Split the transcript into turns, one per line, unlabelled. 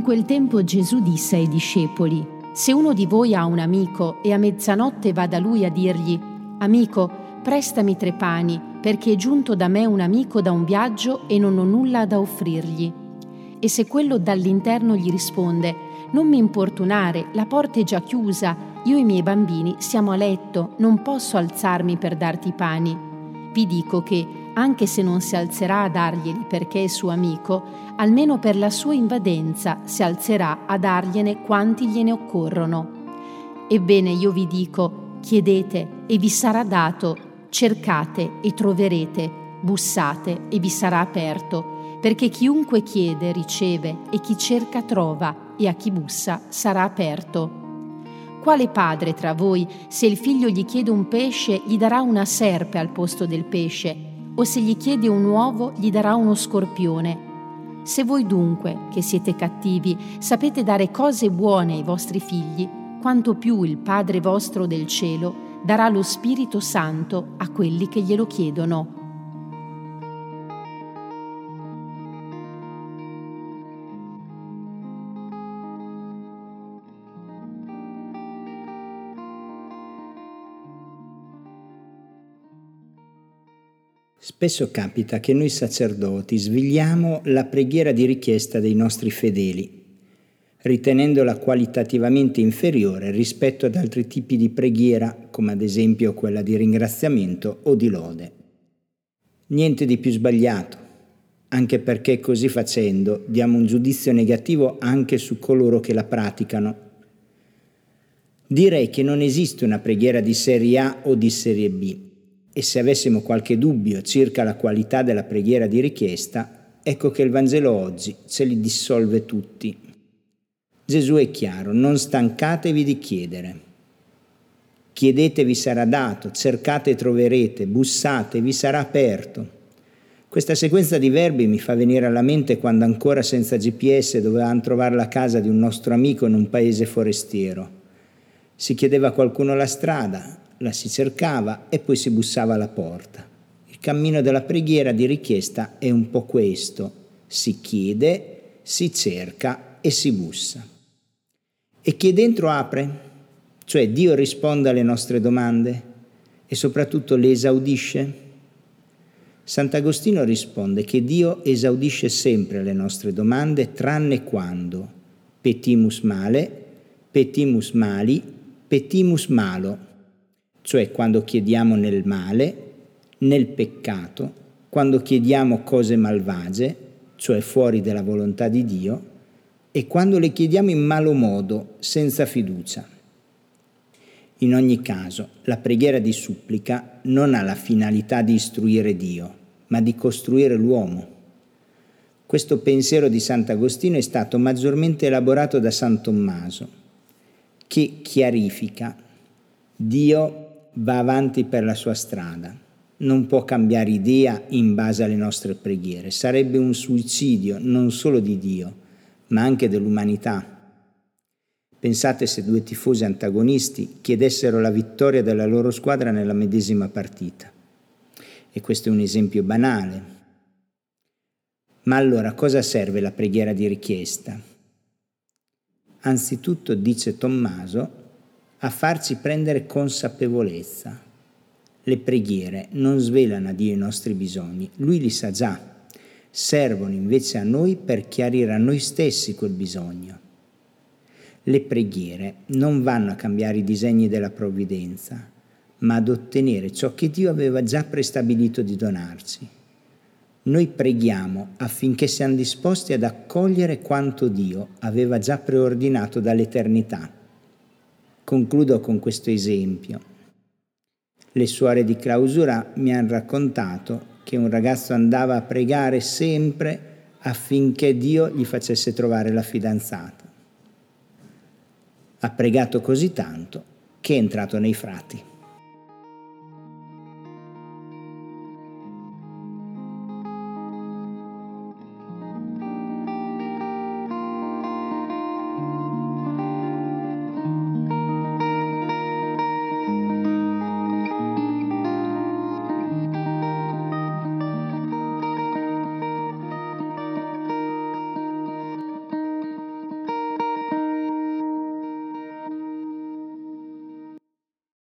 In quel tempo Gesù disse ai discepoli: «Se uno di voi ha un amico e a mezzanotte va da lui a dirgli: Amico, prestami 3 pani, perché è giunto da me un amico da un viaggio e non ho nulla da offrirgli. E se quello dall'interno gli risponde: Non mi importunare, la porta è già chiusa, io e i miei bambini siamo a letto, non posso alzarmi per darti i pani. Vi dico che, anche se non si alzerà a darglieli perché è suo amico, almeno per la sua invadenza si alzerà a dargliene quanti gliene occorrono. Ebbene, io vi dico: chiedete e vi sarà dato, cercate e troverete, bussate e vi sarà aperto, perché chiunque chiede riceve e chi cerca trova e a chi bussa sarà aperto. Quale padre tra voi, se il figlio gli chiede un pesce, gli darà una serpe al posto del pesce? O se gli chiede un uovo, gli darà uno scorpione? Se voi dunque, che siete cattivi, sapete dare cose buone ai vostri figli, quanto più il Padre vostro del cielo darà lo Spirito Santo a quelli che glielo chiedono».
Spesso capita che noi sacerdoti svegliamo la preghiera di richiesta dei nostri fedeli, ritenendola qualitativamente inferiore rispetto ad altri tipi di preghiera, come ad esempio quella di ringraziamento o di lode. Niente di più sbagliato, anche perché così facendo diamo un giudizio negativo anche su coloro che la praticano. Direi che non esiste una preghiera di serie A o di serie B. E se avessimo qualche dubbio circa la qualità della preghiera di richiesta, ecco che il Vangelo oggi ce li dissolve tutti. Gesù è chiaro: non stancatevi di chiedere. Chiedete vi sarà dato, cercate e troverete, bussate vi sarà aperto. Questa sequenza di verbi mi fa venire alla mente quando ancora senza GPS dovevamo trovare la casa di un nostro amico in un paese forestiero. Si chiedeva a qualcuno la strada, la si cercava e poi si bussava alla porta. Il cammino della preghiera di richiesta è un po' questo: si chiede, si cerca e si bussa. E chi è dentro apre, cioè Dio risponde alle nostre domande e soprattutto le esaudisce. Sant'Agostino risponde che Dio esaudisce sempre le nostre domande tranne quando petimus male, petimus mali, petimus malo, cioè quando chiediamo nel male, nel peccato, quando chiediamo cose malvagie, cioè fuori dalla volontà di Dio, e quando le chiediamo in malo modo, senza fiducia. In ogni caso, la preghiera di supplica non ha la finalità di istruire Dio, ma di costruire l'uomo. Questo pensiero di Sant'Agostino è stato maggiormente elaborato da San Tommaso, che chiarifica: Dio va avanti per la sua strada, non può cambiare idea in base alle nostre preghiere. Sarebbe un suicidio non solo di Dio, ma anche dell'umanità. Pensate se 2 tifosi antagonisti chiedessero la vittoria della loro squadra nella medesima partita. E questo è un esempio banale. Ma allora cosa serve la preghiera di richiesta? Anzitutto, dice Tommaso, a farci prendere consapevolezza. Le preghiere non svelano a Dio i nostri bisogni, Lui li sa già. Servono invece a noi per chiarire a noi stessi quel bisogno. Le preghiere non vanno a cambiare i disegni della provvidenza, ma ad ottenere ciò che Dio aveva già prestabilito di donarci. Noi preghiamo affinché siamo disposti ad accogliere quanto Dio aveva già preordinato dall'eternità. Concludo con questo esempio. Le suore di clausura mi hanno raccontato che un ragazzo andava a pregare sempre affinché Dio gli facesse trovare la fidanzata. Ha pregato così tanto che è entrato nei frati.